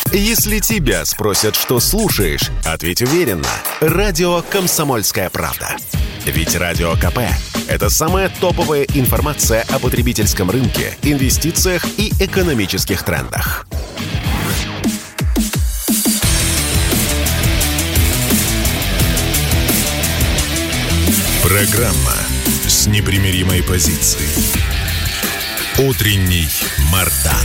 Если тебя спросят, что слушаешь, ответь уверенно. Радио «Комсомольская правда». Ведь Радио КП – это самая топовая информация о потребительском рынке, инвестициях и экономических трендах. Программа с непримиримой позицией. Утренний Мардан.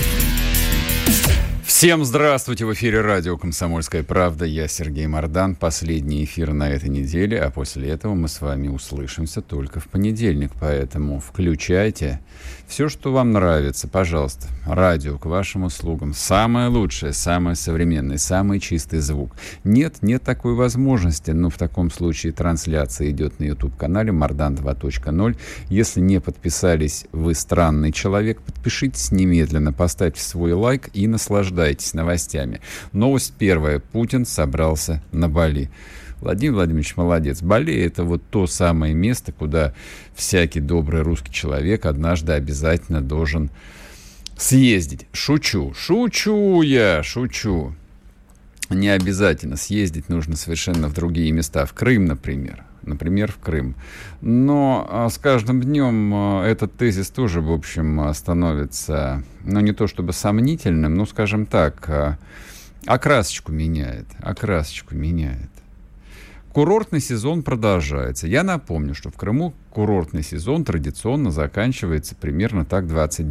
Всем здравствуйте! В эфире радио «Комсомольская правда». Я Сергей Мардан. Последний эфир на этой неделе, а после этого мы с вами услышимся только в понедельник. Поэтому включайте все, что вам нравится. Пожалуйста, радио к вашим услугам. Самое лучшее, самое современное, самый чистый звук. Нет такой возможности. Но в таком случае трансляция идет на YouTube-канале Мардан 2.0. Если не подписались, вы странный человек, подпишитесь немедленно, поставьте свой лайк и наслаждайтесь новостями. Новость первая. Путин собрался на Бали. Владимир Владимирович молодец. Бали – это вот то самое место, куда всякий добрый русский человек однажды обязательно должен съездить. Шучу. Не обязательно. Съездить нужно совершенно в другие места. В Крым, например, в Крым. Но с каждым днем этот тезис тоже, в общем, становится, не то чтобы сомнительным, но, скажем так, окрасочку меняет. Курортный сезон продолжается. Я напомню, что в Крыму курортный сезон традиционно заканчивается примерно так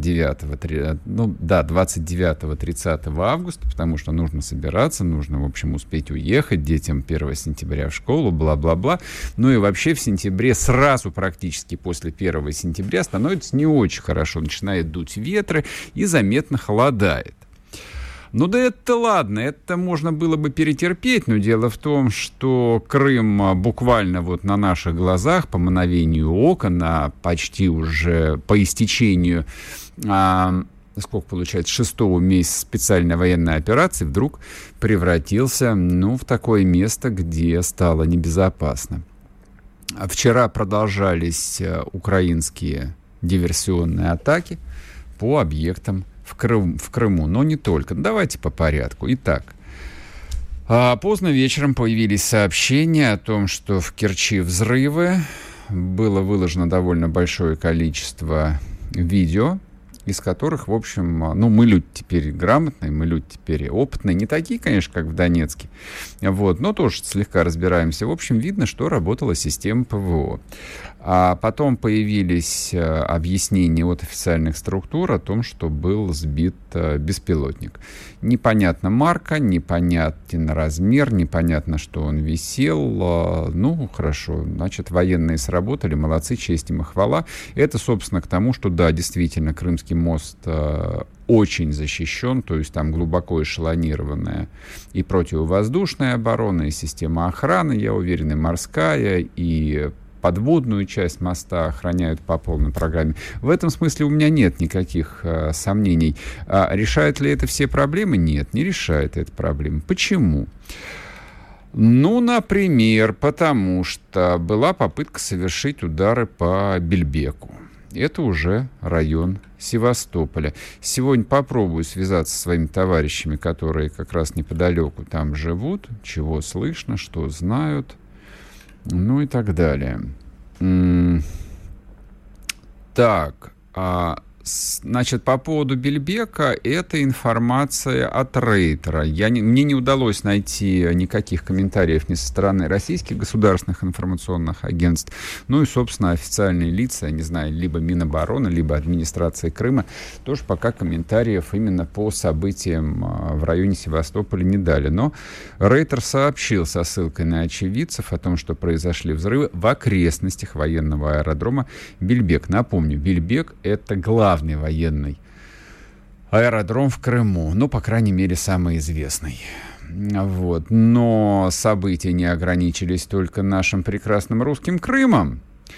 29-30 августа, потому что нужно собираться, нужно, в общем, успеть уехать, детям 1 сентября в школу, бла-бла-бла. Ну и вообще в сентябре, сразу практически после 1 сентября становится не очень хорошо. Начинает дуть ветры и заметно холодает. Ну да это ладно, это можно было бы перетерпеть, но дело в том, что Крым буквально вот на наших глазах, по мановению ока, на почти уже по истечению, сколько получается, 6-го месяца специальной военной операции, вдруг превратился, в такое место, где стало небезопасно. Вчера продолжались украинские диверсионные атаки по объектам в Крыму, но не только. Давайте по порядку. Итак, поздно вечером появились сообщения о том, что в Керчи взрывы. Было выложено довольно большое количество видео, из которых, в общем, мы люди теперь грамотные, мы люди теперь опытные, не такие, конечно, как в Донецке, но тоже слегка разбираемся. В общем, видно, что работала система ПВО. А потом появились объяснения от официальных структур о том, что был сбит беспилотник. Непонятна марка, непонятен размер, непонятно, что он висел. Хорошо, значит, военные сработали, молодцы, честь им и хвала. Это, собственно, к тому, что, да, действительно, Крымский мост очень защищен, то есть там глубоко эшелонированная и противовоздушная оборона, и система охраны, я уверен, и морская, и подводную часть моста охраняют по полной программе. В этом смысле у меня нет никаких сомнений. Решает ли это все проблемы? Нет, не решает это проблемы. Почему? Например, потому что была попытка совершить удары по Бельбеку. Это уже район Севастополя. Сегодня попробую связаться со своими товарищами, которые как раз неподалеку там живут, чего слышно, что знают, и так далее. Так, значит, по поводу Бельбека, это информация от Рейтера. Мне не удалось найти никаких комментариев ни со стороны российских государственных информационных агентств, и, собственно, официальные лица, я не знаю, либо Минобороны, либо администрация Крыма, тоже пока комментариев именно по событиям в районе Севастополя не дали. Но Рейтер сообщил со ссылкой на очевидцев о том, что произошли взрывы в окрестностях военного аэродрома Бельбек. Напомню, Бельбек — это главный военный аэродром в Крыму, по крайней мере, самый известный. Но события не ограничились только нашим прекрасным русским Крымом.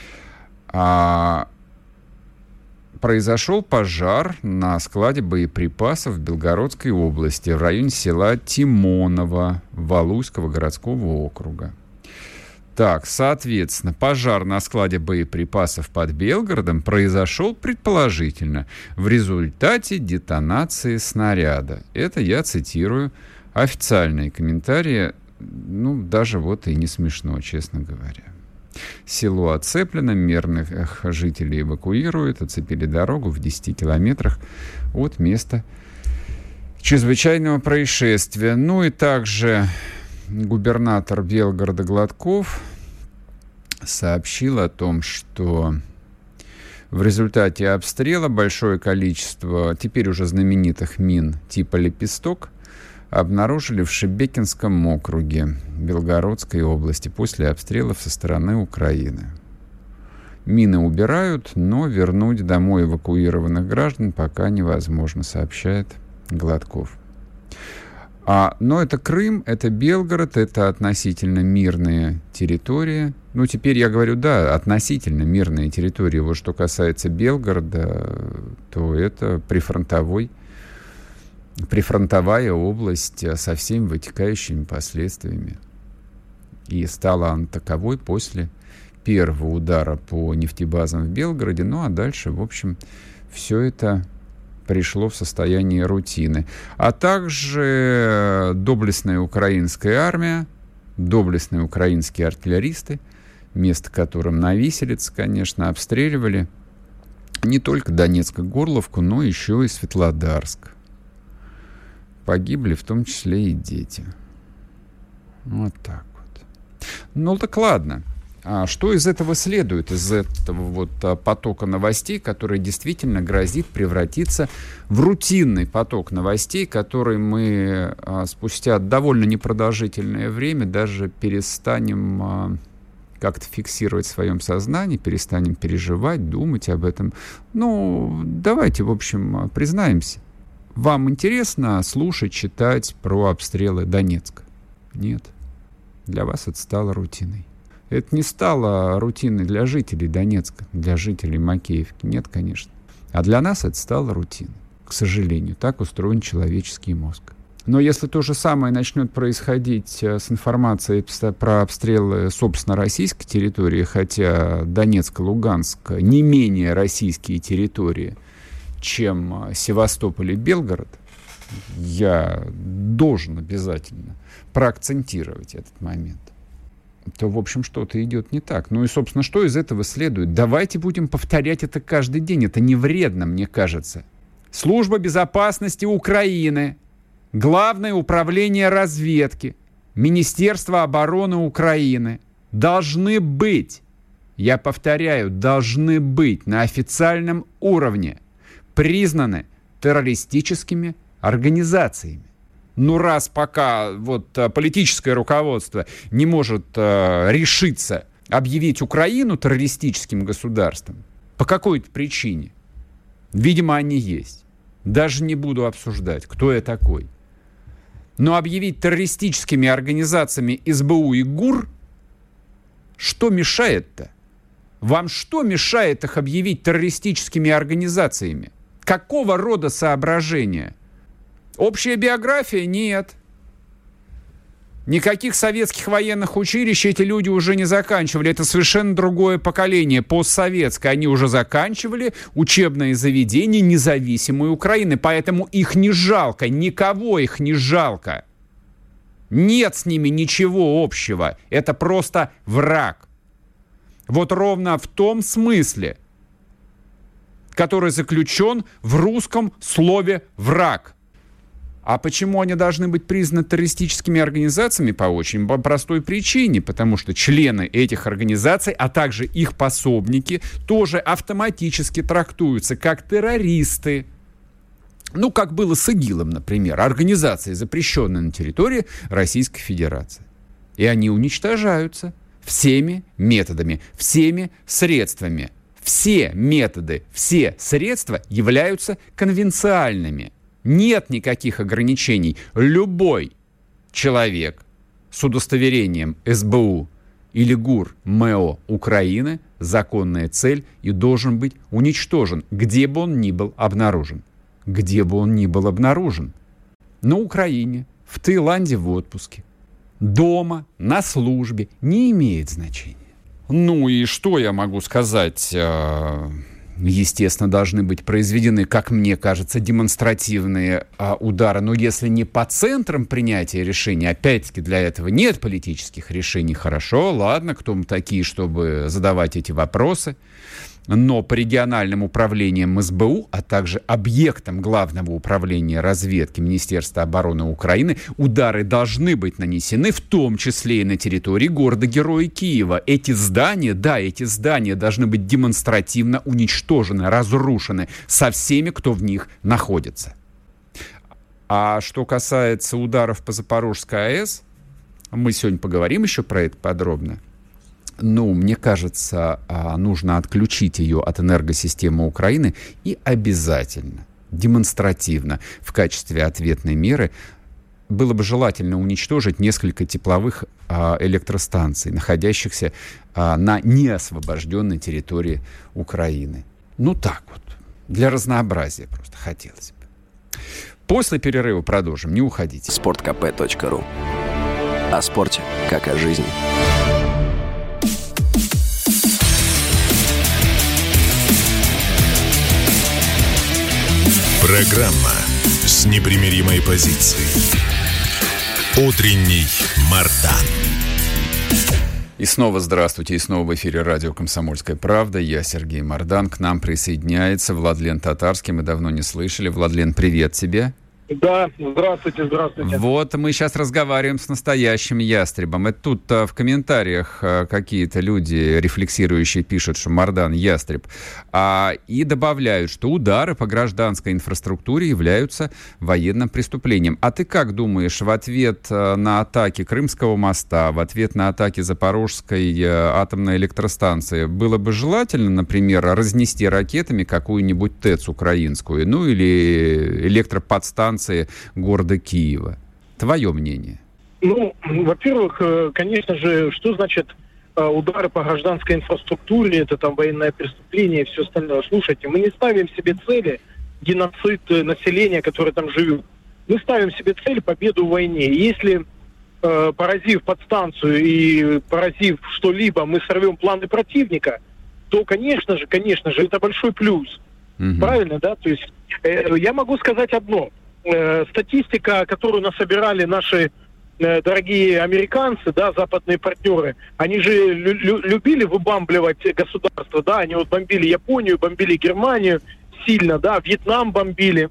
Произошел пожар на складе боеприпасов в Белгородской области, в районе села Тимоново Валуйского городского округа. Так, соответственно, пожар на складе боеприпасов под Белгородом произошел предположительно в результате детонации снаряда. Это я цитирую Официальные комментарии, даже вот и не смешно, честно говоря. Село оцеплено, мирных жителей эвакуируют, оцепили дорогу в 10 километрах от места чрезвычайного происшествия. И также губернатор Белгорода Гладков сообщил о том, что в результате обстрела большое количество теперь уже знаменитых мин типа «Лепесток» обнаружили в Шебекинском округе Белгородской области после обстрелов со стороны Украины. Мины убирают, но вернуть домой эвакуированных граждан пока невозможно, сообщает Гладков. Но это Крым, это Белгород, это относительно мирные территории. Теперь я говорю, относительно мирные территории. Вот что касается Белгорода, то это прифронтовая область со всеми вытекающими последствиями. И стала она таковой после первого удара по нефтебазам в Белгороде. А дальше, в общем, все это пришло в состояние рутины. А также доблестная украинская армия, доблестные украинские артиллеристы, место которым на виселице, конечно, обстреливали не только Донецк и Горловку, но еще и Светлодарск. Погибли в том числе и дети. Вот так вот. Так ладно. А что из этого следует? Из этого потока новостей, который действительно грозит превратиться в рутинный поток новостей, который мы спустя довольно непродолжительное время даже перестанем как-то фиксировать в своем сознании, перестанем переживать, думать об этом. Давайте, в общем, признаемся. Вам интересно слушать, читать про обстрелы Донецка? Нет. Для вас это стало рутиной. Это не стало рутиной для жителей Донецка, для жителей Макеевки. Нет, конечно. А для нас это стало рутиной. К сожалению, так устроен человеческий мозг. Но если то же самое начнет происходить с информацией про обстрелы, собственно, российской территории, хотя Донецк и Луганск не менее российские территории, чем Севастополь и Белгород, я должен обязательно проакцентировать этот момент, то, в общем, что-то идет не так. И, собственно, что из этого следует? Давайте будем повторять это каждый день. Это не вредно, мне кажется. Служба безопасности Украины, Главное управление разведки, Министерство обороны Украины должны быть, я повторяю, должны быть на официальном уровне признаны террористическими организациями. Раз пока политическое руководство не может решиться объявить Украину террористическим государством, по какой-то причине, видимо, они есть. Даже не буду обсуждать, кто я такой. Но объявить террористическими организациями СБУ и ГУР, что мешает-то? Вам что мешает их объявить террористическими организациями? Какого рода соображения? Общая биография? Нет. Никаких советских военных училищ эти люди уже не заканчивали. Это совершенно другое поколение, постсоветское. Они уже заканчивали учебные заведения независимой Украины. Поэтому их не жалко, никого их не жалко. Нет с ними ничего общего. Это просто враг. Ровно в том смысле, который заключен в русском слове «враг». А почему они должны быть признаны террористическими организациями? По очень простой причине. Потому что члены этих организаций, а также их пособники, тоже автоматически трактуются как террористы. Как было с ИГИЛом, например, организации, запрещенные на территории Российской Федерации. И они уничтожаются всеми методами, всеми средствами. Все методы, все средства являются конвенциальными. Нет никаких ограничений. Любой человек с удостоверением СБУ или ГУР МЭО Украины – законная цель и должен быть уничтожен, где бы он ни был обнаружен. Где бы он ни был обнаружен. На Украине, в Таиланде в отпуске, дома, на службе – не имеет значения. И что я могу сказать? естественно, должны быть произведены, как мне кажется, демонстративные удары. Но если не по центрам принятия решений, опять-таки для этого нет политических решений, хорошо, ладно, кто мы такие, чтобы задавать эти вопросы. Но по региональным управлениям СБУ, а также объектам Главного управления разведки Министерства обороны Украины удары должны быть нанесены, в том числе и на территории города-героя Киева. Эти здания должны быть демонстративно уничтожены, разрушены со всеми, кто в них находится. А что касается ударов по Запорожской АЭС, мы сегодня поговорим еще про это подробно. Мне кажется, нужно отключить ее от энергосистемы Украины и обязательно, демонстративно, в качестве ответной меры было бы желательно уничтожить несколько тепловых электростанций, находящихся на неосвобожденной территории Украины. Так вот, для разнообразия просто хотелось бы. После перерыва продолжим, не уходите. sportkp.ru. О спорте, как о жизни. Программа с непримиримой позицией. Утренний Мардан. И снова здравствуйте, и снова в эфире радио «Комсомольская правда». Я Сергей Мардан, к нам присоединяется Владлен Татарский, мы давно не слышали. Владлен, привет тебе. Да, здравствуйте. Вот мы сейчас разговариваем с настоящим ястребом. И тут в комментариях какие-то люди, рефлексирующие, пишут, что Мардан ястреб. И добавляют, что удары по гражданской инфраструктуре являются военным преступлением. А ты как думаешь, в ответ на атаки Крымского моста, в ответ на атаки Запорожской атомной электростанции, было бы желательно, например, разнести ракетами какую-нибудь ТЭЦ украинскую, или электроподстанцию города Киева? Твое мнение? Во-первых, конечно же, что значит удары по гражданской инфраструктуре, это там военное преступление и все остальное. Слушайте, мы не ставим себе цели геноцид населения, которое там живет. Мы ставим себе цель победу в войне. Если, поразив подстанцию и поразив что-либо, мы сорвем планы противника, то, конечно же, это большой плюс. Угу. Правильно, да? То есть я могу сказать одно. Статистика, которую насобирали наши дорогие американцы, да, западные партнеры, они же любили выбамбливать государство, да, они вот бомбили Японию, бомбили Германию сильно, да, Вьетнам бомбили.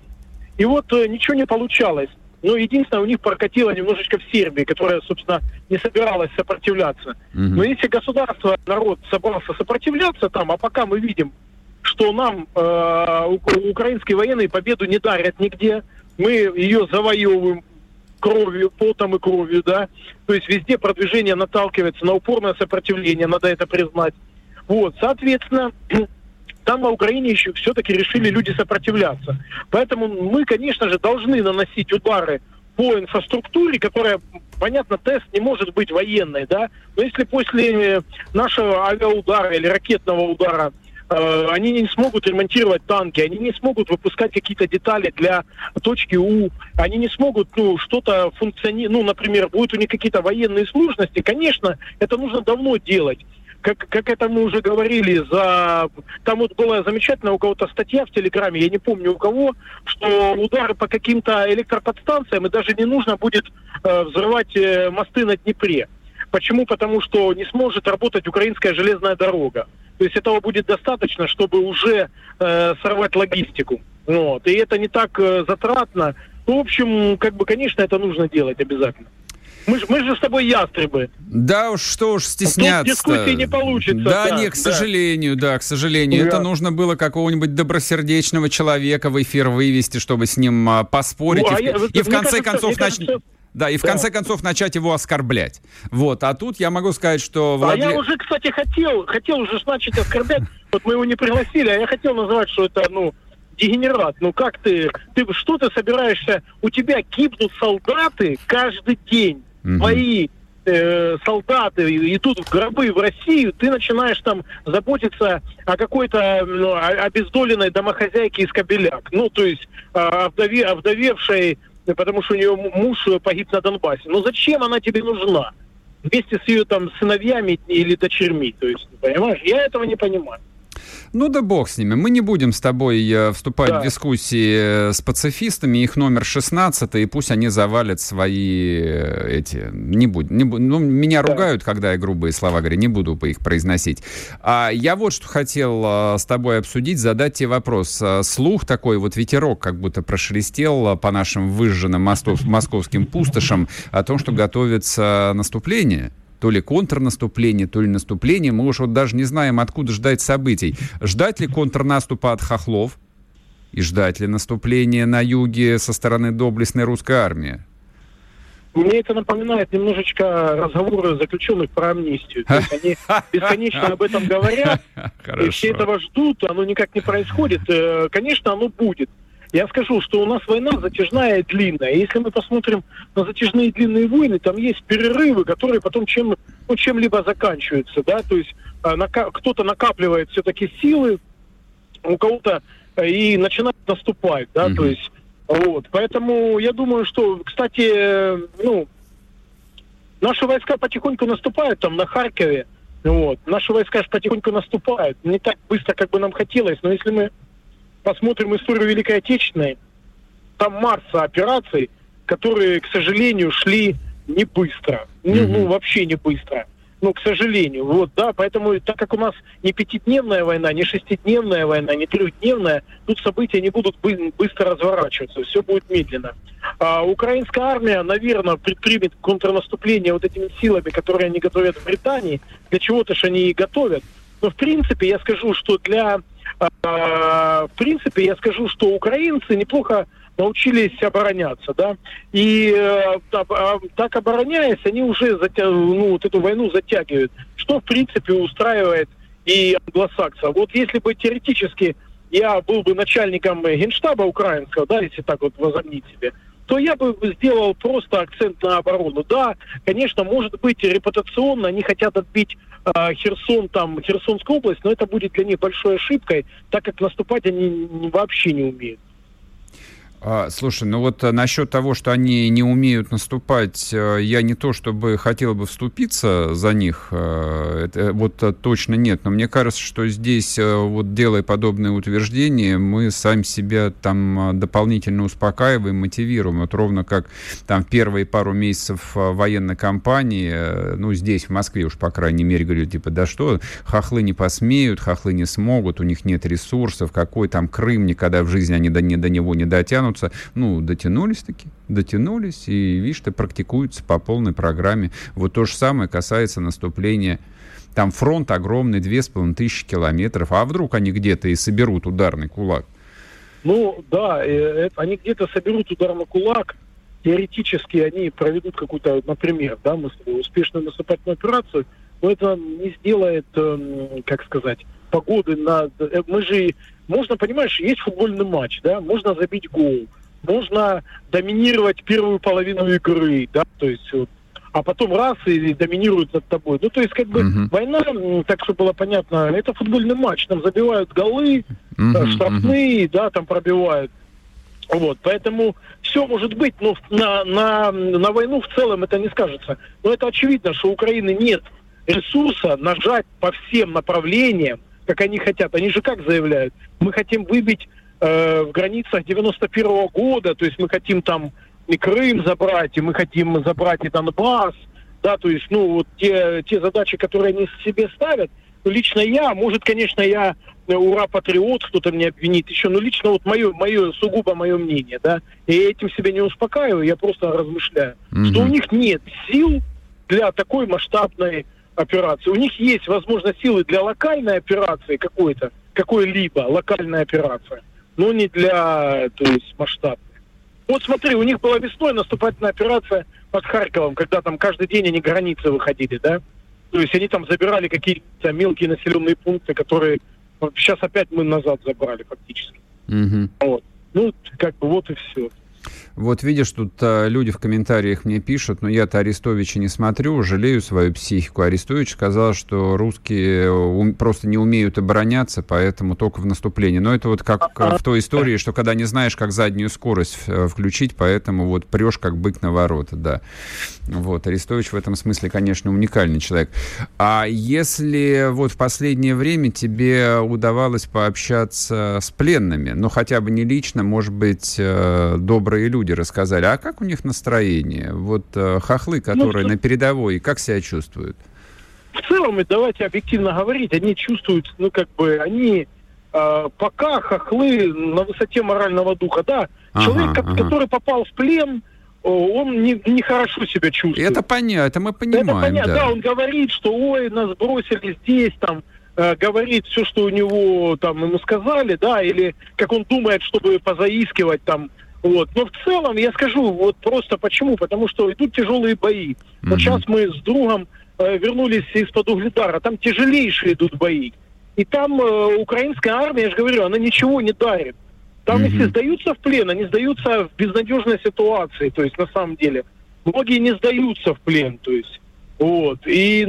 И вот ничего не получалось. Единственное, у них прокатило немножечко в Сербии, которая, собственно, не собиралась сопротивляться. Но если государство, народ собрался сопротивляться там, а пока мы видим, что нам украинские военные победу не дарят нигде. Мы ее завоевываем кровью, потом и кровью, да. То есть везде продвижение наталкивается на упорное сопротивление, надо это признать. Вот, соответственно, там на Украине еще все-таки решили люди сопротивляться. Поэтому мы, конечно же, должны наносить удары по инфраструктуре, которая, понятно, ТЭС не может быть военной, да. Но если после нашего авиаудара или ракетного удара они не смогут ремонтировать танки, они не смогут выпускать какие-то детали для точки У, они не смогут, что-то функционировать, например, будут у них какие-то военные сложности, конечно, это нужно давно делать. Как это мы уже говорили, там вот была замечательная у кого-то статья в Телеграме, я не помню у кого, что удары по каким-то электроподстанциям, и даже не нужно будет взрывать мосты на Днепре. Почему? Потому что не сможет работать украинская железная дорога. То есть этого будет достаточно, чтобы уже сорвать логистику. Вот. И это не так затратно. В общем, конечно, это нужно делать обязательно. Мы же с тобой ястребы. Да уж, что уж стесняться. Тут дискуссии не получится. К сожалению. Да. Это нужно было какого-нибудь добросердечного человека в эфир вывести, чтобы с ним поспорить. И в конце концов начать его оскорблять. Вот. А тут я могу сказать, что... я уже, кстати, хотел уже начать оскорблять. Вот мы его не пригласили, а я хотел назвать, что это, дегенерат. Как что ты собираешься? У тебя гибнут солдаты каждый день. Твои солдаты идут в гробы в Россию, ты начинаешь там заботиться о какой-то обездоленной домохозяйке из Кобеляк. То есть овдовевшей, потому что у нее муж погиб на Донбассе. Зачем она тебе нужна? Вместе с ее там сыновьями или дочерьми. То есть, понимаешь? Я этого не понимаю. Ну да бог с ними. Мы не будем с тобой вступать в дискуссии с пацифистами. Их номер 16, и пусть они завалят свои эти... Ну, меня ругают, когда я грубые слова говорю, не буду их произносить. А я вот что хотел с тобой обсудить, задать тебе вопрос. Слух такой, вот ветерок как будто прошелестел по нашим выжженным московским пустошам о том, что готовится наступление. То ли контрнаступление, то ли наступление. Мы уж вот даже не знаем, откуда ждать событий. Ждать ли контрнаступа от хохлов? И ждать ли наступления на юге со стороны доблестной русской армии? Мне это напоминает немножечко разговоры заключенных про амнистию. То есть они бесконечно об этом говорят, и все этого ждут, оно никак не происходит. Конечно, оно будет. Я скажу, что у нас война затяжная и длинная. Если мы посмотрим на затяжные и длинные войны, там есть перерывы, которые потом чем-либо заканчиваются. Да? То есть кто-то накапливает все-таки силы, у кого-то и начинает наступать. Да? То есть, вот. Поэтому я думаю, что, кстати, наши войска потихоньку наступают там на Харькове. Вот. Наши войска потихоньку наступают. Не так быстро, как бы нам хотелось, но если мы посмотрим историю Великой Отечественной, там масса операций, которые, к сожалению, шли не быстро. Вообще не быстро. К сожалению. Вот, да, поэтому, так как у нас не 5-дневная война, не 6-дневная война, не 3-дневная, тут события не будут быстро разворачиваться, все будет медленно. А украинская армия, наверное, предпримет контрнаступление вот этими силами, которые они готовят в Британии. Для чего-то же они и готовят. Но, в принципе, я скажу, что украинцы неплохо научились обороняться, да, и так обороняясь, они уже вот эту войну затягивают, что, в принципе, устраивает и англосаксов. Вот если бы теоретически я был бы начальником генштаба украинского, да, если так вот возомнить себе, то я бы сделал просто акцент на оборону. Да, конечно, может быть, репутационно они хотят отбить Херсонскую область, но это будет для них большой ошибкой, так как наступать они вообще не умеют. Слушай, насчет того, что они не умеют наступать, я не то чтобы хотел бы вступиться за них, точно нет, но мне кажется, что здесь, делая подобные утверждения, мы сами себя там дополнительно успокаиваем, мотивируем, вот ровно как там первые пару месяцев военной кампании, здесь, в Москве уж, по крайней мере, говорю, да что, хохлы не посмеют, хохлы не смогут, у них нет ресурсов, какой там Крым, никогда в жизни они до него не дотянут. Дотянулись, и, видишь, практикуются по полной программе. Вот то же самое касается наступления. Там фронт огромный, 2500 километров. А вдруг они где-то и соберут ударный кулак? Они где-то соберут ударный кулак. Теоретически они проведут какую-то, например, успешную наступательную операцию, но это не сделает, погоды можно, понимаешь, есть футбольный матч, да, можно забить гол, можно доминировать первую половину игры, да, то есть а потом раз и доминируют над тобой. Война, так чтобы было понятно, это футбольный матч, там забивают голы, штрафные, да, там пробивают. Вот, поэтому все может быть, но на войну в целом это не скажется. Но это очевидно, что у Украины нет ресурса нажать по всем направлениям, как они хотят. Они же как заявляют? Мы хотим выбить в границах 91 года, то есть мы хотим там и Крым забрать, и мы хотим забрать и Донбасс, да, то есть, те задачи, которые они себе ставят. Лично я, может, конечно, я ура-патриот, кто-то меня обвинит еще, но лично сугубо мое мнение, да, и я этим себя не успокаиваю, я просто размышляю, что у них нет сил для такой масштабной операции. У них есть, возможно, силы для локальной операции какой-либо локальной операции, но не для, масштабной. Вот смотри, у них была весной наступательная операция под Харьковом, когда там каждый день они границы выходили, да? То есть они там забирали какие-то мелкие населенные пункты, которые сейчас опять мы назад забрали фактически. Вот. Вот и все. Вот видишь, тут люди в комментариях мне пишут, но я-то Арестовича не смотрю, жалею свою психику. Арестович сказал, что русские просто не умеют обороняться, поэтому только в наступлении. Но это вот как в той истории, что когда не знаешь, как заднюю скорость включить, поэтому вот прешь как бык на ворота, да. Вот, Арестович в этом смысле, конечно, уникальный человек. А если вот в последнее время тебе удавалось пообщаться с пленными, ну хотя бы не лично, может быть, добрые люди рассказали, а как у них настроение? Вот хохлы, которые на передовой, как себя чувствуют? В целом, давайте объективно говорить, они чувствуют, они пока хохлы на высоте морального духа, да. Человек, который попал в плен, он нехорошо себя чувствует. Это понятно, это мы понимаем. Это понятно, да. Он говорит, что нас бросили здесь, говорит все, что у него ему сказали, да, или как он думает, чтобы позаискивать . Вот. Но в целом, я скажу, вот просто почему? Потому что идут тяжелые бои. Вот сейчас мы с другом вернулись из-под Угледара, там тяжелейшие идут бои. И там украинская армия, я же говорю, она ничего не дарит. Там, если сдаются в плен, они сдаются в безнадежной ситуации, то есть на самом деле. Многие не сдаются в плен, то есть. Вот. И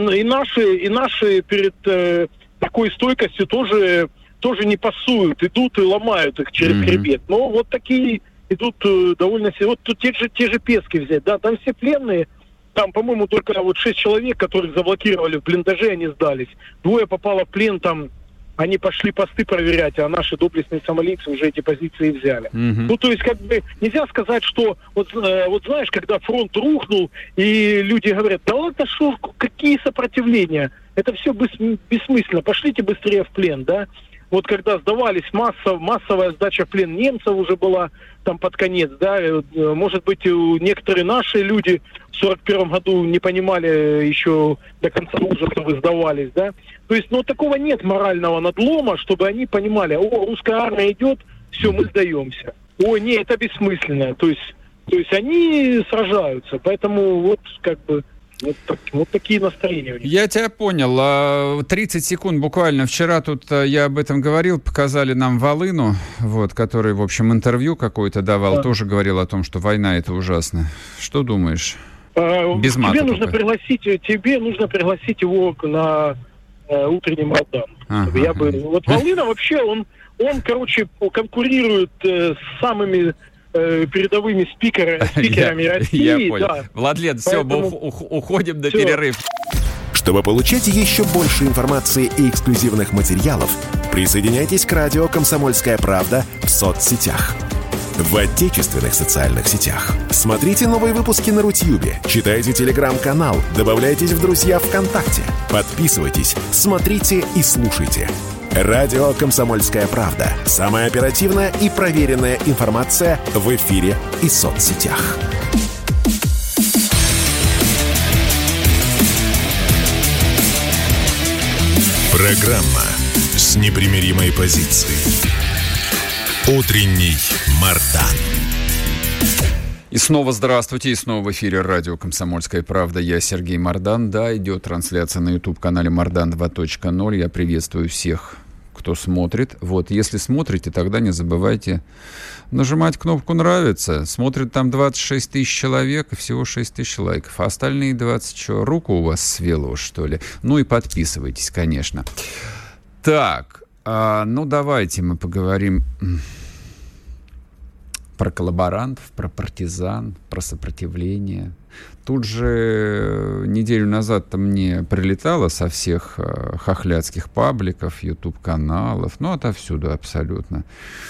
наши перед такой стойкостью тоже не пасуют, идут и ломают их через хребет. Но вот такие идут довольно... Вот тут те же Пески взять, да, там все пленные, там, по-моему, только 6 человек, которых заблокировали в блиндаже, они сдались. 2 попало в плен, они пошли посты проверять, а наши доблестные сомалийцы уже эти позиции взяли. Ну, то есть, нельзя сказать, что, вот знаешь, когда фронт рухнул, и люди говорят, да ладно, что, какие сопротивления? Это все бессмысленно, пошлите быстрее в плен, да? Вот когда сдавались, массовая сдача в плен немцев уже была под конец, да, может быть, некоторые наши люди в 41 году не понимали еще до конца ужасов и сдавались, да. То есть, такого нет морального надлома, чтобы они понимали, русская армия идет, все, мы сдаемся. Не, это бессмысленно. То есть они сражаются, поэтому вот такие настроения у них. Я тебя понял. 30 секунд буквально. Вчера тут я об этом говорил, показали нам Волыну, который, в общем, интервью какое-то давал, тоже говорил о том, что война — это ужасно. Что думаешь? Без мата тебе нужно пригласить его на утренний Майдан. Волына вообще, он конкурирует с самыми передовыми спикерами России. Я понял. Да. Владлен, поэтому... все, уходим на перерыв. Чтобы получать еще больше информации и эксклюзивных материалов, присоединяйтесь к радио «Комсомольская правда» в соцсетях. В отечественных социальных сетях. Смотрите новые выпуски на Рутьюбе, читайте телеграм-канал, добавляйтесь в друзья ВКонтакте, подписывайтесь, смотрите и слушайте. Радио «Комсомольская правда». Самая оперативная и проверенная информация в эфире и соцсетях. Программа с непримиримой позицией. Утренний Мардан. И снова здравствуйте, и снова в эфире радио «Комсомольская правда». Я Сергей Мардан. Да, идет трансляция на YouTube-канале Мардан 2.0. Я приветствую всех, кто смотрит. Если смотрите, тогда не забывайте нажимать кнопку «Нравится». Смотрит там 26 тысяч человек и всего 6 тысяч лайков. А остальные 20 что, руку у вас свело, что ли? И подписывайтесь, конечно. Так, давайте мы поговорим про коллаборантов, про партизан, про сопротивление. Тут же неделю назад-то мне прилетало со всех хохлядских пабликов, YouTube-каналов, отовсюду абсолютно.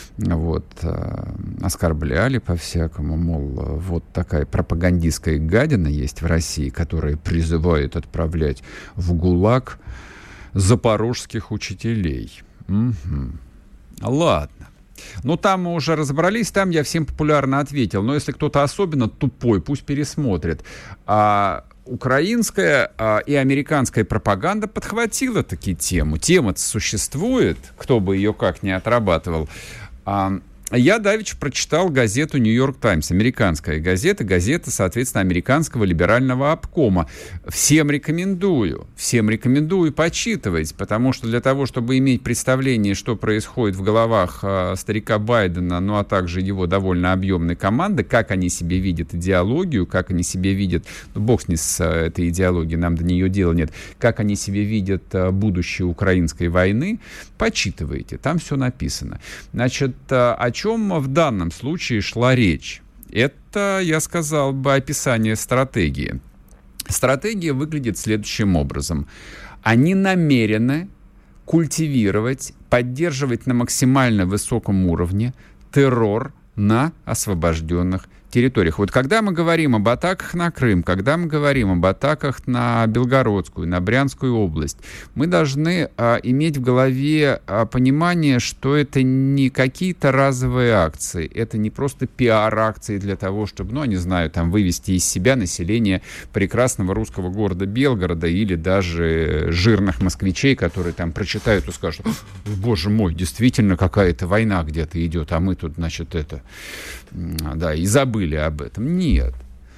Оскорбляли по-всякому, мол, вот такая пропагандистская гадина есть в России, которая призывает отправлять в ГУЛАГ запорожских учителей. Ладно. Там мы уже разобрались, там я всем популярно ответил. Но если кто-то особенно тупой, пусть пересмотрит. Украинская и американская пропаганда подхватила таки тему. Тема-то существует, кто бы ее как ни отрабатывал. Я давеча прочитал газету «Нью-Йорк Таймс», американская газета, соответственно, американского либерального обкома. Всем рекомендую почитывать, потому что для того, чтобы иметь представление, что происходит в головах старика Байдена, ну а также его довольно объемной команды, как они себе видят идеологию, как они себе видят, ну, бог с ней с этой идеологией, нам до нее дела нет, как они себе видят будущее украинской войны, почитывайте, там все написано. Значит, о чем в данном случае шла речь? Это, я сказал бы, описание стратегии. Стратегия выглядит следующим образом. Они намерены культивировать, поддерживать на максимально высоком уровне террор на освобожденных территориях. Вот когда мы говорим об атаках на Крым, когда мы говорим об атаках на Белгородскую, на Брянскую область, мы должны иметь в голове понимание, что это не какие-то разовые акции, это не просто пиар-акции для того, чтобы, ну, не знаю, там, вывести из себя население прекрасного русского города Белгорода или даже жирных москвичей, которые там прочитают и скажут: боже мой, действительно какая-то война где-то идет, а мы тут, значит, и забыли об этом. Нет.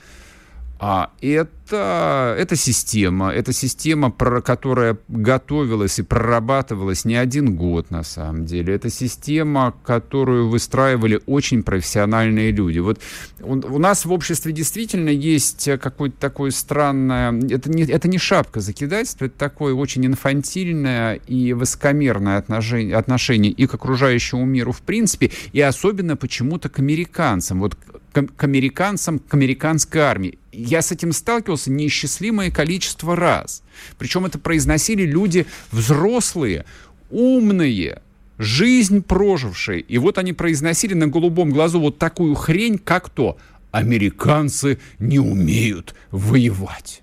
Это система, которая готовилась и прорабатывалась не один год, на самом деле. Это система, которую выстраивали очень профессиональные люди. Вот у нас в обществе действительно есть какое-то такое странное... Это не шапка закидательства, это такое очень инфантильное и высокомерное отношение и к окружающему миру в принципе, и особенно почему-то к американцам. Вот к американской армии. Я с этим сталкивался неисчислимое количество раз. Причем это произносили люди взрослые, умные, жизнь прожившие. И вот они произносили на голубом глазу вот такую хрень, как то: американцы не умеют воевать.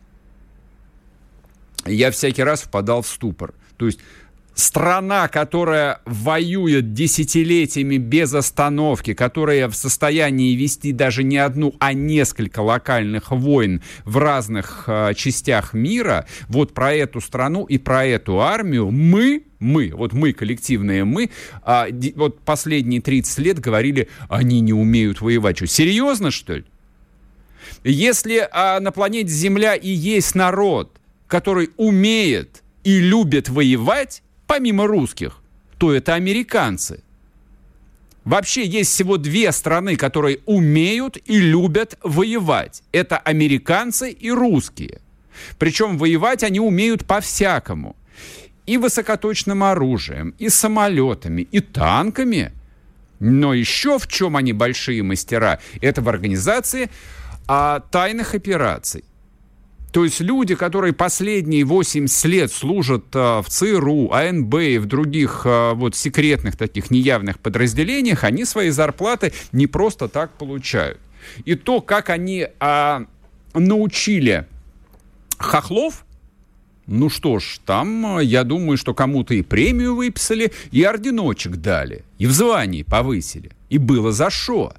Я всякий раз впадал в ступор. То есть страна, которая воюет десятилетиями без остановки, которая в состоянии вести даже не одну, а несколько локальных войн в разных частях мира, вот про эту страну и про эту армию мы, коллективные мы, вот последние 30 лет говорили: они не умеют воевать. Что, серьезно, что ли? Если на планете Земля и есть народ, который умеет и любит воевать, помимо русских, то это американцы. Вообще есть всего две страны, которые умеют и любят воевать. Это американцы и русские. Причем воевать они умеют по-всякому. И высокоточным оружием, и самолетами, и танками. Но еще в чем они большие мастера? Это в организации тайных операций. То есть люди, которые последние 80 лет служат в ЦРУ, АНБ и в других секретных таких неявных подразделениях, они свои зарплаты не просто так получают. И то, как они научили хохлов, ну что ж, там, я думаю, что кому-то и премию выписали, и орденочек дали, и в звании повысили. И было за что.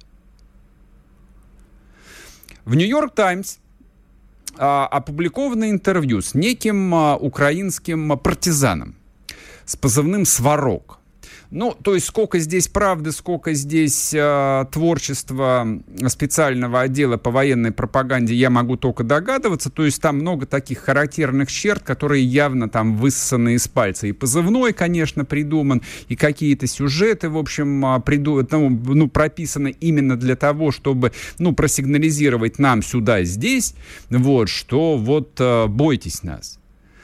В «Нью-Йорк Таймс» опубликовано интервью с неким украинским партизаном с позывным «Сварог». Ну, то есть сколько здесь правды, сколько здесь творчества специального отдела по военной пропаганде, я могу только догадываться. То есть там много таких характерных черт, которые явно там высосаны из пальца. И позывной, конечно, придуман, и какие-то сюжеты, в общем, прописаны именно для того, чтобы, просигнализировать нам сюда, здесь, что бойтесь нас.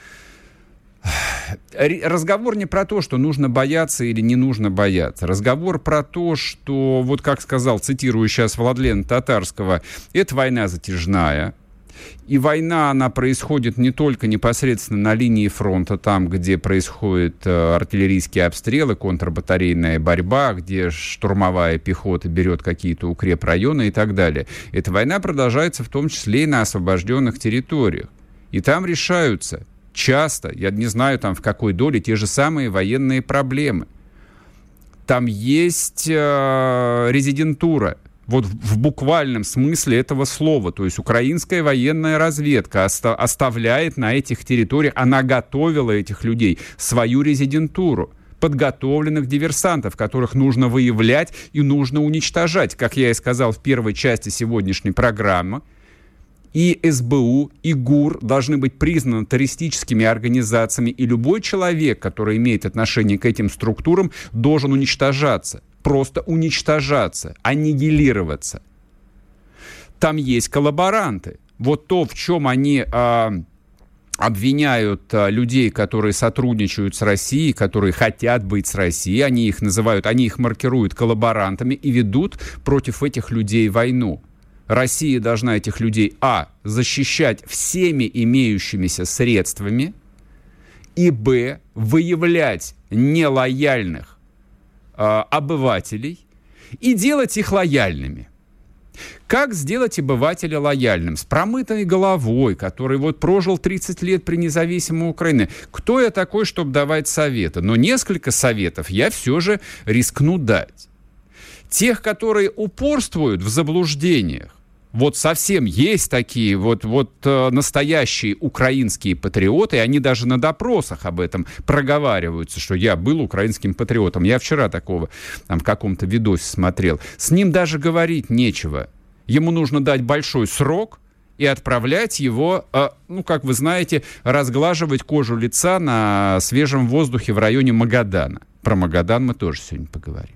Разговор не про то, что нужно бояться или не нужно бояться. Разговор про то, что, как сказал, цитирую сейчас Владлена Татарского, это война затяжная. И война, она происходит не только непосредственно на линии фронта, там, где происходят артиллерийские обстрелы, контрбатарейная борьба, где штурмовая пехота берет какие-то укрепрайоны и так далее. Эта война продолжается в том числе и на освобожденных территориях. И там решаются часто, я не знаю, там в какой доле, те же самые военные проблемы. Там есть резидентура, в буквальном смысле этого слова. То есть украинская военная разведка оставляет на этих территориях, она готовила этих людей, свою резидентуру. подготовленных диверсантов, которых нужно выявлять и нужно уничтожать. Как я и сказал в первой части сегодняшней программы, и СБУ, и ГУР должны быть признаны террористическими организациями, и любой человек, который имеет отношение к этим структурам, должен уничтожаться. Просто уничтожаться, аннигилироваться. Там есть коллаборанты. Вот то, в чем они обвиняют людей, которые сотрудничают с Россией, которые хотят быть с Россией, они их называют, они их маркируют коллаборантами и ведут против этих людей войну. Россия должна этих людей, защищать всеми имеющимися средствами, и, выявлять нелояльных обывателей и делать их лояльными. Как сделать обывателя лояльным? С промытой головой, который вот прожил 30 лет при независимой Украине. Кто я такой, чтобы давать советы? Но несколько советов я все же рискну дать. Тех, которые упорствуют в заблуждениях, вот совсем есть такие вот настоящие украинские патриоты, и они даже на допросах об этом проговариваются, что я был украинским патриотом. Я вчера такого в каком-то видосе смотрел. С ним даже говорить нечего. Ему нужно дать большой срок и отправлять его, как вы знаете, разглаживать кожу лица на свежем воздухе в районе Магадана. Про Магадан мы тоже сегодня поговорим.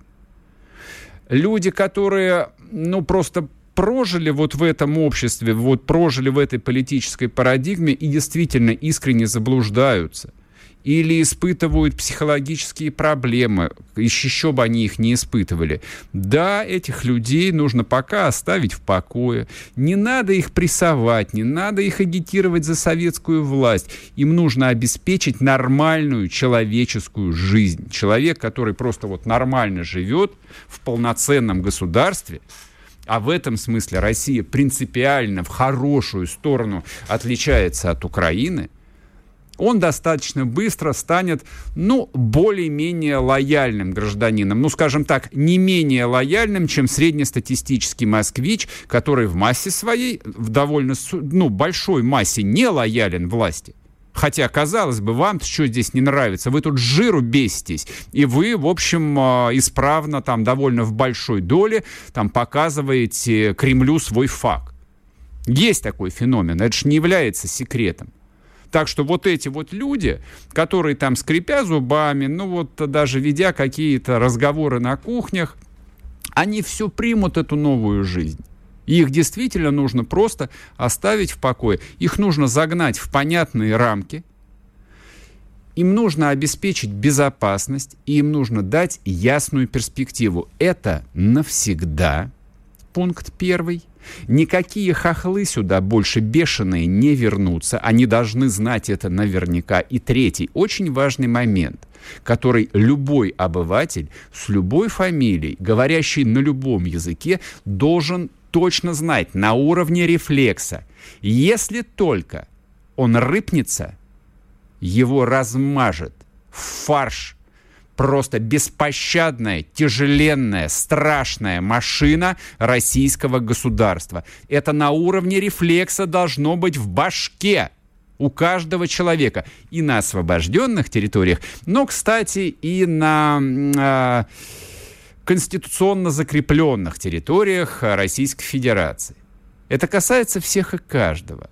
Люди, которые, просто прожили вот в этом обществе, прожили в этой политической парадигме и действительно искренне заблуждаются или испытывают психологические проблемы, еще бы они их не испытывали. Да, этих людей нужно пока оставить в покое. Не надо их прессовать, не надо их агитировать за советскую власть. Им нужно обеспечить нормальную человеческую жизнь. Человек, который просто нормально живет в полноценном государстве, а в этом смысле Россия принципиально в хорошую сторону отличается от Украины, он достаточно быстро станет, более-менее лояльным гражданином. Скажем так, не менее лояльным, чем среднестатистический москвич, который в массе своей, в довольно большой массе не лоялен власти. Хотя, казалось бы, вам-то что здесь не нравится? Вы тут с жиру беситесь. И вы, в общем, исправно, довольно в большой доле, показываете Кремлю свой факт. Есть такой феномен, это же не является секретом. Так что эти люди, которые скрипя зубами, даже ведя какие-то разговоры на кухнях, они все примут эту новую жизнь. Их действительно нужно просто оставить в покое. Их нужно загнать в понятные рамки. Им нужно обеспечить безопасность, и им нужно дать ясную перспективу. Это навсегда, пункт 1. Никакие хохлы сюда больше бешеные не вернутся. Они должны знать это наверняка. И 3, очень важный момент, который любой обыватель с любой фамилией, говорящий на любом языке, должен точно знать на уровне рефлекса. Если только он рыпнется, его размажет в фарш просто беспощадная, тяжеленная, страшная машина российского государства. Это на уровне рефлекса должно быть в башке у каждого человека. И на освобожденных территориях, но, кстати, и на конституционно закрепленных территориях Российской Федерации. Это касается всех и каждого.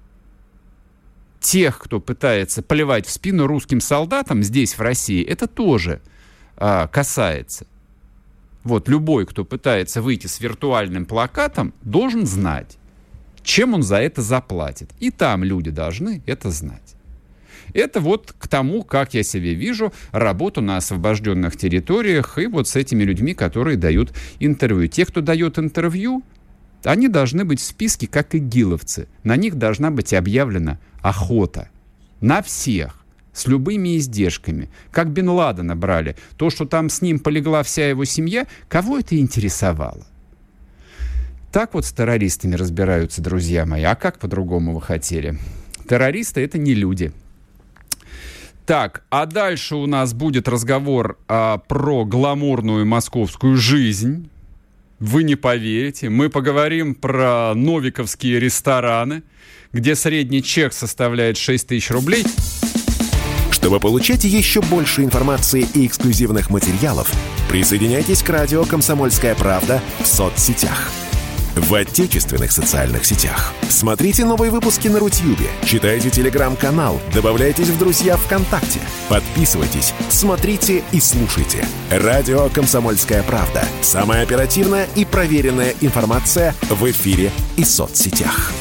Тех, кто пытается плевать в спину русским солдатам здесь, в России, это тоже касается. Любой, кто пытается выйти с виртуальным плакатом, должен знать, чем он за это заплатит. И там люди должны это знать. Это к тому, как я себе вижу работу на освобожденных территориях и с этими людьми, которые дают интервью. Те, кто дает интервью, они должны быть в списке, как игиловцы. На них должна быть объявлена охота. На всех. С любыми издержками. Как Бен Ладена брали. То, что там с ним полегла вся его семья, кого это интересовало? Так с террористами разбираются, друзья мои. А как по-другому вы хотели? Террористы — это не люди. Так, а дальше у нас будет разговор про гламурную московскую жизнь. Вы не поверите. Мы поговорим про новиковские рестораны, где средний чек составляет 6 тысяч рублей. Чтобы получать еще больше информации и эксклюзивных материалов, присоединяйтесь к радио «Комсомольская правда» в соцсетях. В отечественных социальных сетях. Смотрите новые выпуски на Рутьюбе, читайте телеграм-канал, добавляйтесь в друзья ВКонтакте, подписывайтесь, смотрите и слушайте. Радио «Комсомольская правда». Самая оперативная и проверенная информация в эфире и соцсетях.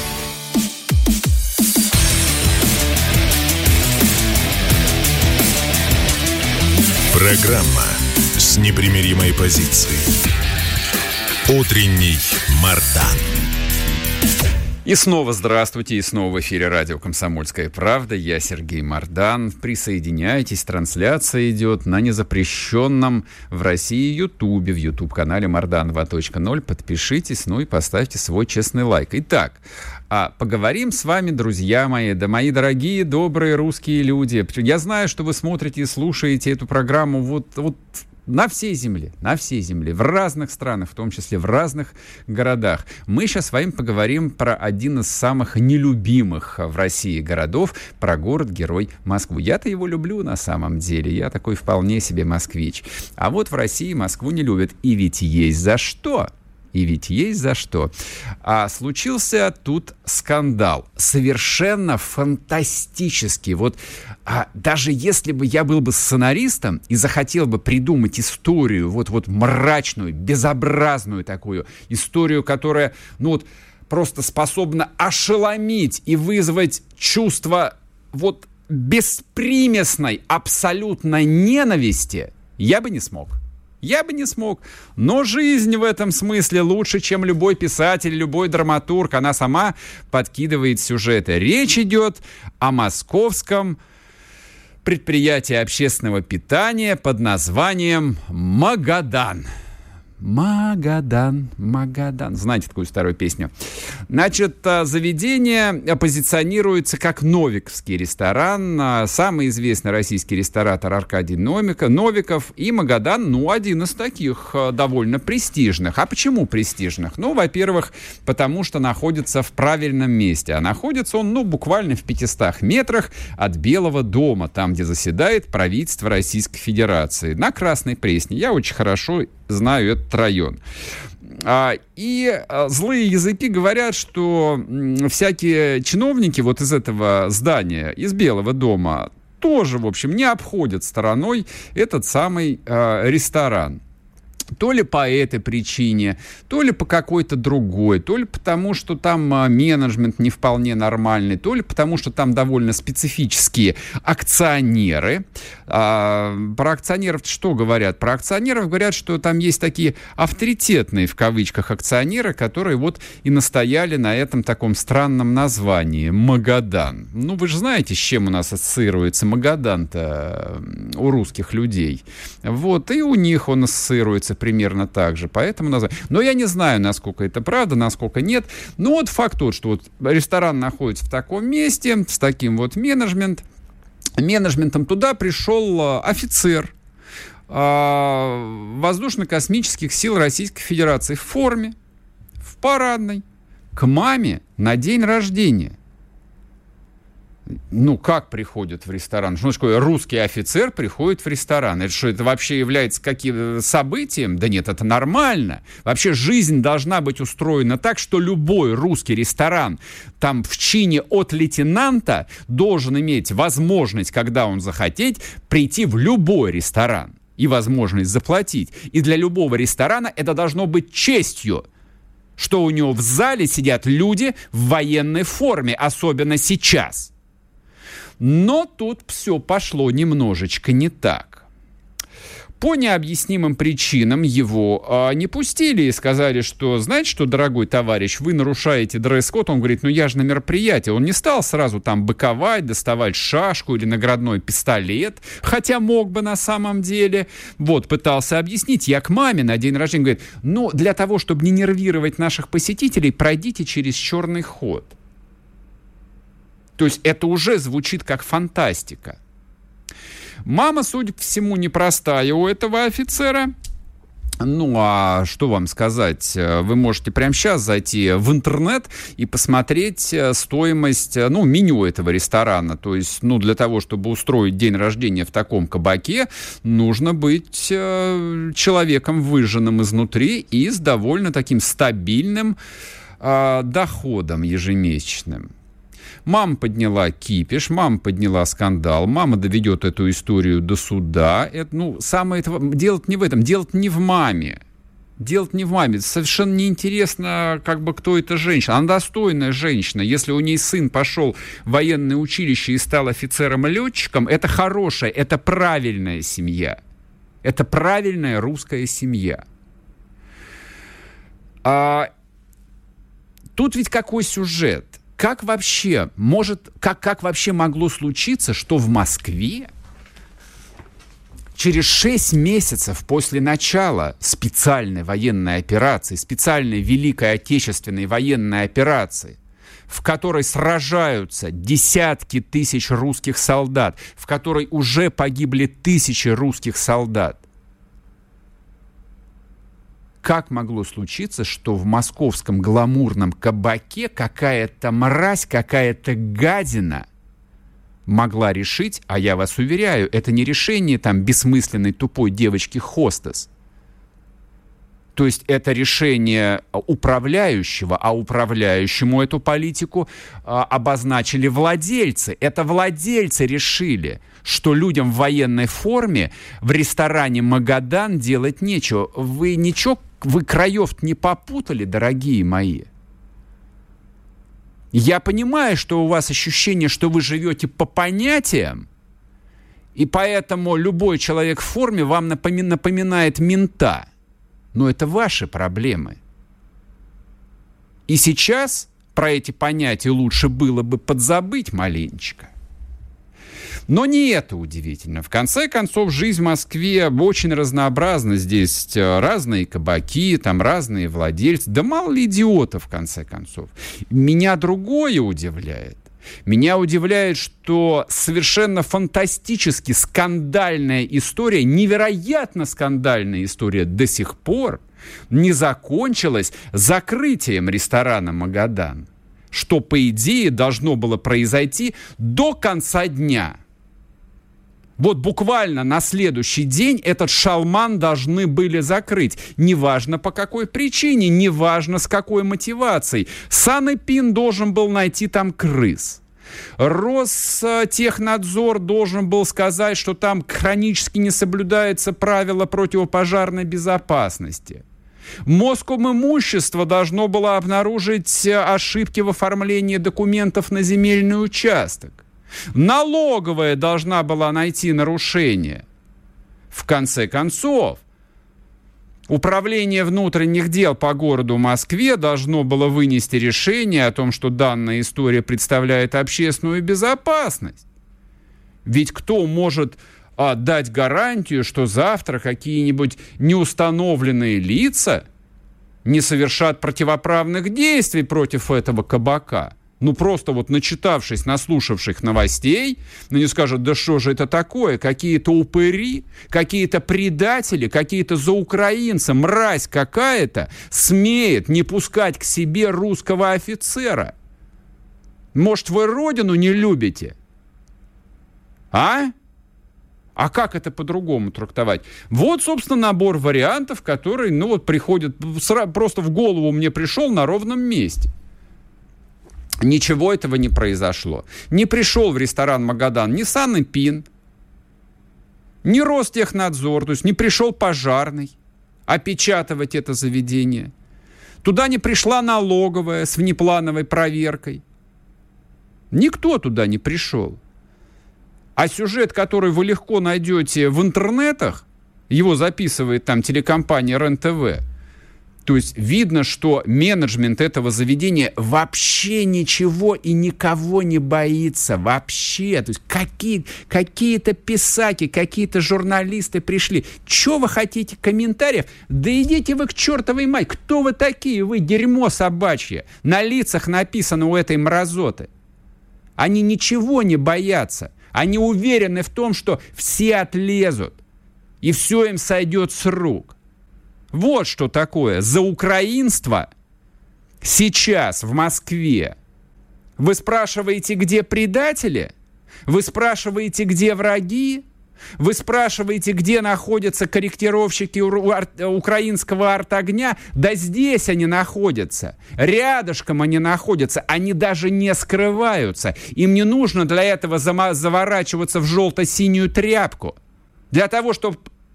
Программа с непримиримой позицией. Утренний Мардан. И снова здравствуйте, и снова в эфире радио «Комсомольская правда». Я Сергей Мардан. Присоединяйтесь, трансляция идет на незапрещенном в России Ютубе, в YouTube-канале Мардан 2.0. Подпишитесь, ну и поставьте свой честный лайк. Итак, поговорим с вами, друзья мои, да мои дорогие, добрые русские люди. Я знаю, что вы смотрите и слушаете эту программу вот на всей земле, в разных странах, в том числе в разных городах. Мы сейчас с вами поговорим про один из самых нелюбимых в России городов, про город-герой Москву. Я-то его люблю на самом деле, я такой вполне себе москвич. А вот в России Москву не любят, и ведь есть за что. Случился тут скандал. Совершенно фантастический. Даже если бы я был бы сценаристом и захотел бы придумать историю, мрачную, безобразную такую историю, которая, просто способна ошеломить и вызвать чувство беспримесной, абсолютной ненависти, я бы не смог. Но жизнь в этом смысле лучше, чем любой писатель, любой драматург. Она сама подкидывает сюжеты. Речь идет о московском предприятии общественного питания под названием «Магадан». Магадан. Знаете такую старую песню? Значит, заведение позиционируется как новиковский ресторан. Самый известный российский ресторатор Аркадий Новиков. И Магадан, один из таких довольно престижных. А почему престижных? Во-первых, потому что находится в правильном месте. А находится он, буквально в 500 метрах от Белого дома, там, где заседает правительство Российской Федерации. На Красной Пресне. Я очень хорошо знаю этот район. И злые языки говорят, что всякие чиновники из этого здания, из Белого дома, тоже, в общем, не обходят стороной этот самый ресторан. То ли по этой причине, то ли по какой-то другой, то ли потому, что там менеджмент не вполне нормальный, то ли потому, что там довольно специфические акционеры. Про акционеров что говорят? Про акционеров говорят, что там есть такие авторитетные, в кавычках, акционеры, которые и настояли на этом таком странном названии «Магадан». Вы же знаете, с чем у нас ассоциируется Магадан-то у русских людей. И у них он ассоциируется примерно так же, поэтому название. Но я не знаю, насколько это правда, насколько нет. Но факт тот, что ресторан находится в таком месте, с таким менеджментом. Туда пришел офицер Воздушно-космических сил Российской Федерации в форме, в парадной, к маме на день рождения. Как приходят в ресторан? Что такое русский офицер приходит в ресторан? Это вообще является каким событием? Да нет, это нормально. Вообще жизнь должна быть устроена так, что любой русский ресторан там в чине от лейтенанта должен иметь возможность, когда он захотеть, прийти в любой ресторан и возможность заплатить. И для любого ресторана это должно быть честью, что у него в зале сидят люди в военной форме, особенно сейчас. Но тут все пошло немножечко не так. По необъяснимым причинам его не пустили и сказали, что, знаете что, дорогой товарищ, вы нарушаете дресс-код. Он говорит, я же на мероприятии. Он не стал сразу там быковать, доставать шашку или наградной пистолет, хотя мог бы на самом деле. Пытался объяснить, я к маме на день рождения. Говорит, для того, чтобы не нервировать наших посетителей, пройдите через черный ход. То есть это уже звучит как фантастика. Мама, судя по всему, непростая у этого офицера. Ну, а что вам сказать? Вы можете прямо сейчас зайти в интернет и посмотреть стоимость, меню этого ресторана. То есть, для того, чтобы устроить день рождения в таком кабаке, нужно быть человеком, выжженным изнутри и с довольно таким стабильным доходом ежемесячным. Мама подняла кипиш, мама подняла скандал, мама доведет эту историю до суда. Дело не в этом, дело не в маме. Дело не в маме. Совершенно неинтересно, кто эта женщина. Она достойная женщина. Если у ней сын пошел в военное училище и стал офицером-летчиком, это хорошая, это правильная семья. Это правильная русская семья. Тут ведь какой сюжет? Как вообще могло случиться, что в Москве через 6 месяцев после начала специальной военной операции, специальной Великой Отечественной военной операции, в которой сражаются десятки тысяч русских солдат, в которой уже погибли тысячи русских солдат, как могло случиться, что в московском гламурном кабаке какая-то мразь, какая-то гадина могла решить, а я вас уверяю, это не решение бессмысленной тупой девочки-хостес. То есть это решение управляющего, а управляющему эту политику обозначили владельцы. Это владельцы решили, что людям в военной форме в ресторане «Магадан» делать нечего. Вы краев не попутали, дорогие мои? Я понимаю, что у вас ощущение, что вы живете по понятиям, и поэтому любой человек в форме вам напоминает мента. Но это ваши проблемы. И сейчас про эти понятия лучше было бы подзабыть маленечко. Но не это удивительно. В конце концов, жизнь в Москве очень разнообразна. Здесь разные кабаки, разные владельцы. Да мало ли идиотов, в конце концов. Меня другое удивляет. Меня удивляет, что совершенно фантастически скандальная история, невероятно скандальная история до сих пор не закончилась закрытием ресторана «Магадан», что, по идее, должно было произойти до конца дня. Вот буквально на следующий день этот шалман должны были закрыть. Неважно по какой причине, неважно с какой мотивацией. Санэпин должен был найти там крыс. Ростехнадзор должен был сказать, что там хронически не соблюдается правило противопожарной безопасности. Москомимущество должно было обнаружить ошибки в оформлении документов на земельный участок. Налоговая должна была найти нарушения. В конце концов, Управление внутренних дел по городу Москве должно было вынести решение о том, что данная история представляет общественную безопасность. Ведь кто может дать гарантию, что завтра какие-нибудь неустановленные лица не совершат противоправных действий против этого кабака? Просто начитавшись, наслушавших новостей, не скажут, да что же это такое, какие-то упыри, какие-то предатели, какие-то заукраинцы, мразь какая-то смеет не пускать к себе русского офицера. Может, вы родину не любите? А как это по-другому трактовать? Вот, собственно, набор вариантов, который, приходит, просто в голову мне пришел на ровном месте. Ничего этого не произошло. Не пришел в ресторан «Магадан» ни Санэпин, ни Ростехнадзор, то есть не пришел пожарный опечатывать это заведение. Туда не пришла налоговая с внеплановой проверкой. Никто туда не пришел. А сюжет, который вы легко найдете в интернетах, его записывает телекомпания РЕН-ТВ, то есть видно, что менеджмент этого заведения вообще ничего и никого не боится. Вообще. То есть какие-то писаки, какие-то журналисты пришли. Чего вы хотите комментариев? Да идите вы к чертовой матери. Кто вы такие? Вы дерьмо собачье. На лицах написано у этой мразоты. Они ничего не боятся. Они уверены в том, что все отлезут. И все им сойдет с рук. Вот что такое заукраинство сейчас в Москве. Вы спрашиваете, где предатели? Вы спрашиваете, где враги? Вы спрашиваете, где находятся корректировщики украинского артогня? Да здесь они находятся. Рядышком они находятся. Они даже не скрываются. Им не нужно для этого заворачиваться в желто-синюю тряпку. Для того, чтобы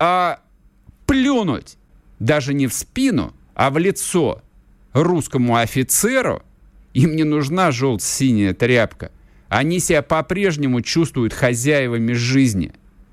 плюнуть даже не в спину, а в лицо русскому офицеру, им не нужна желто-синяя тряпка. Они себя по-прежнему чувствуют хозяевами жизни.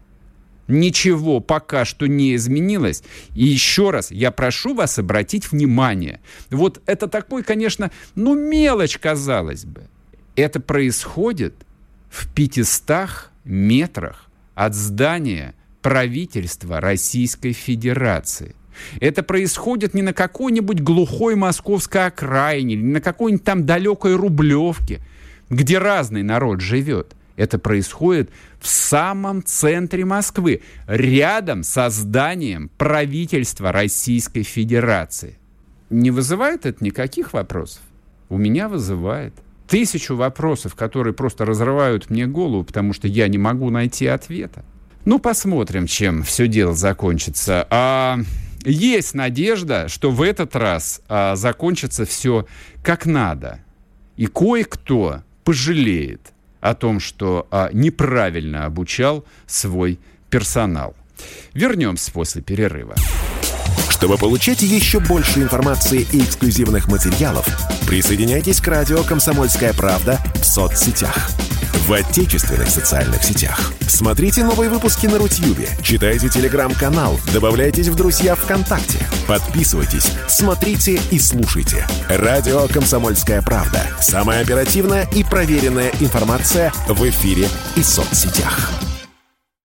Ничего пока что не изменилось. И еще раз, я прошу вас обратить внимание. Вот это такой, конечно, мелочь, казалось бы. Это происходит в 500 метрах от здания правительства Российской Федерации. Это происходит не на какой-нибудь глухой московской окраине, не на какой-нибудь там далекой Рублевке, где разный народ живет. Это происходит в самом центре Москвы, рядом со зданием правительства Российской Федерации. Не вызывает это никаких вопросов? У меня вызывает. 1000 вопросов, которые просто разрывают мне голову, потому что я не могу найти ответа. Посмотрим, чем все дело закончится. Есть надежда, что в этот раз закончится все как надо. И кое-кто пожалеет о том, что неправильно обучал свой персонал. Вернемся после перерыва. Чтобы получать еще больше информации и эксклюзивных материалов, присоединяйтесь к радио «Комсомольская правда» в соцсетях. В отечественных социальных сетях. Смотрите новые выпуски на Рутьюбе, читайте телеграм-канал, добавляйтесь в друзья ВКонтакте, подписывайтесь, смотрите и слушайте. Радио «Комсомольская правда». Самая оперативная и проверенная информация в эфире и соцсетях.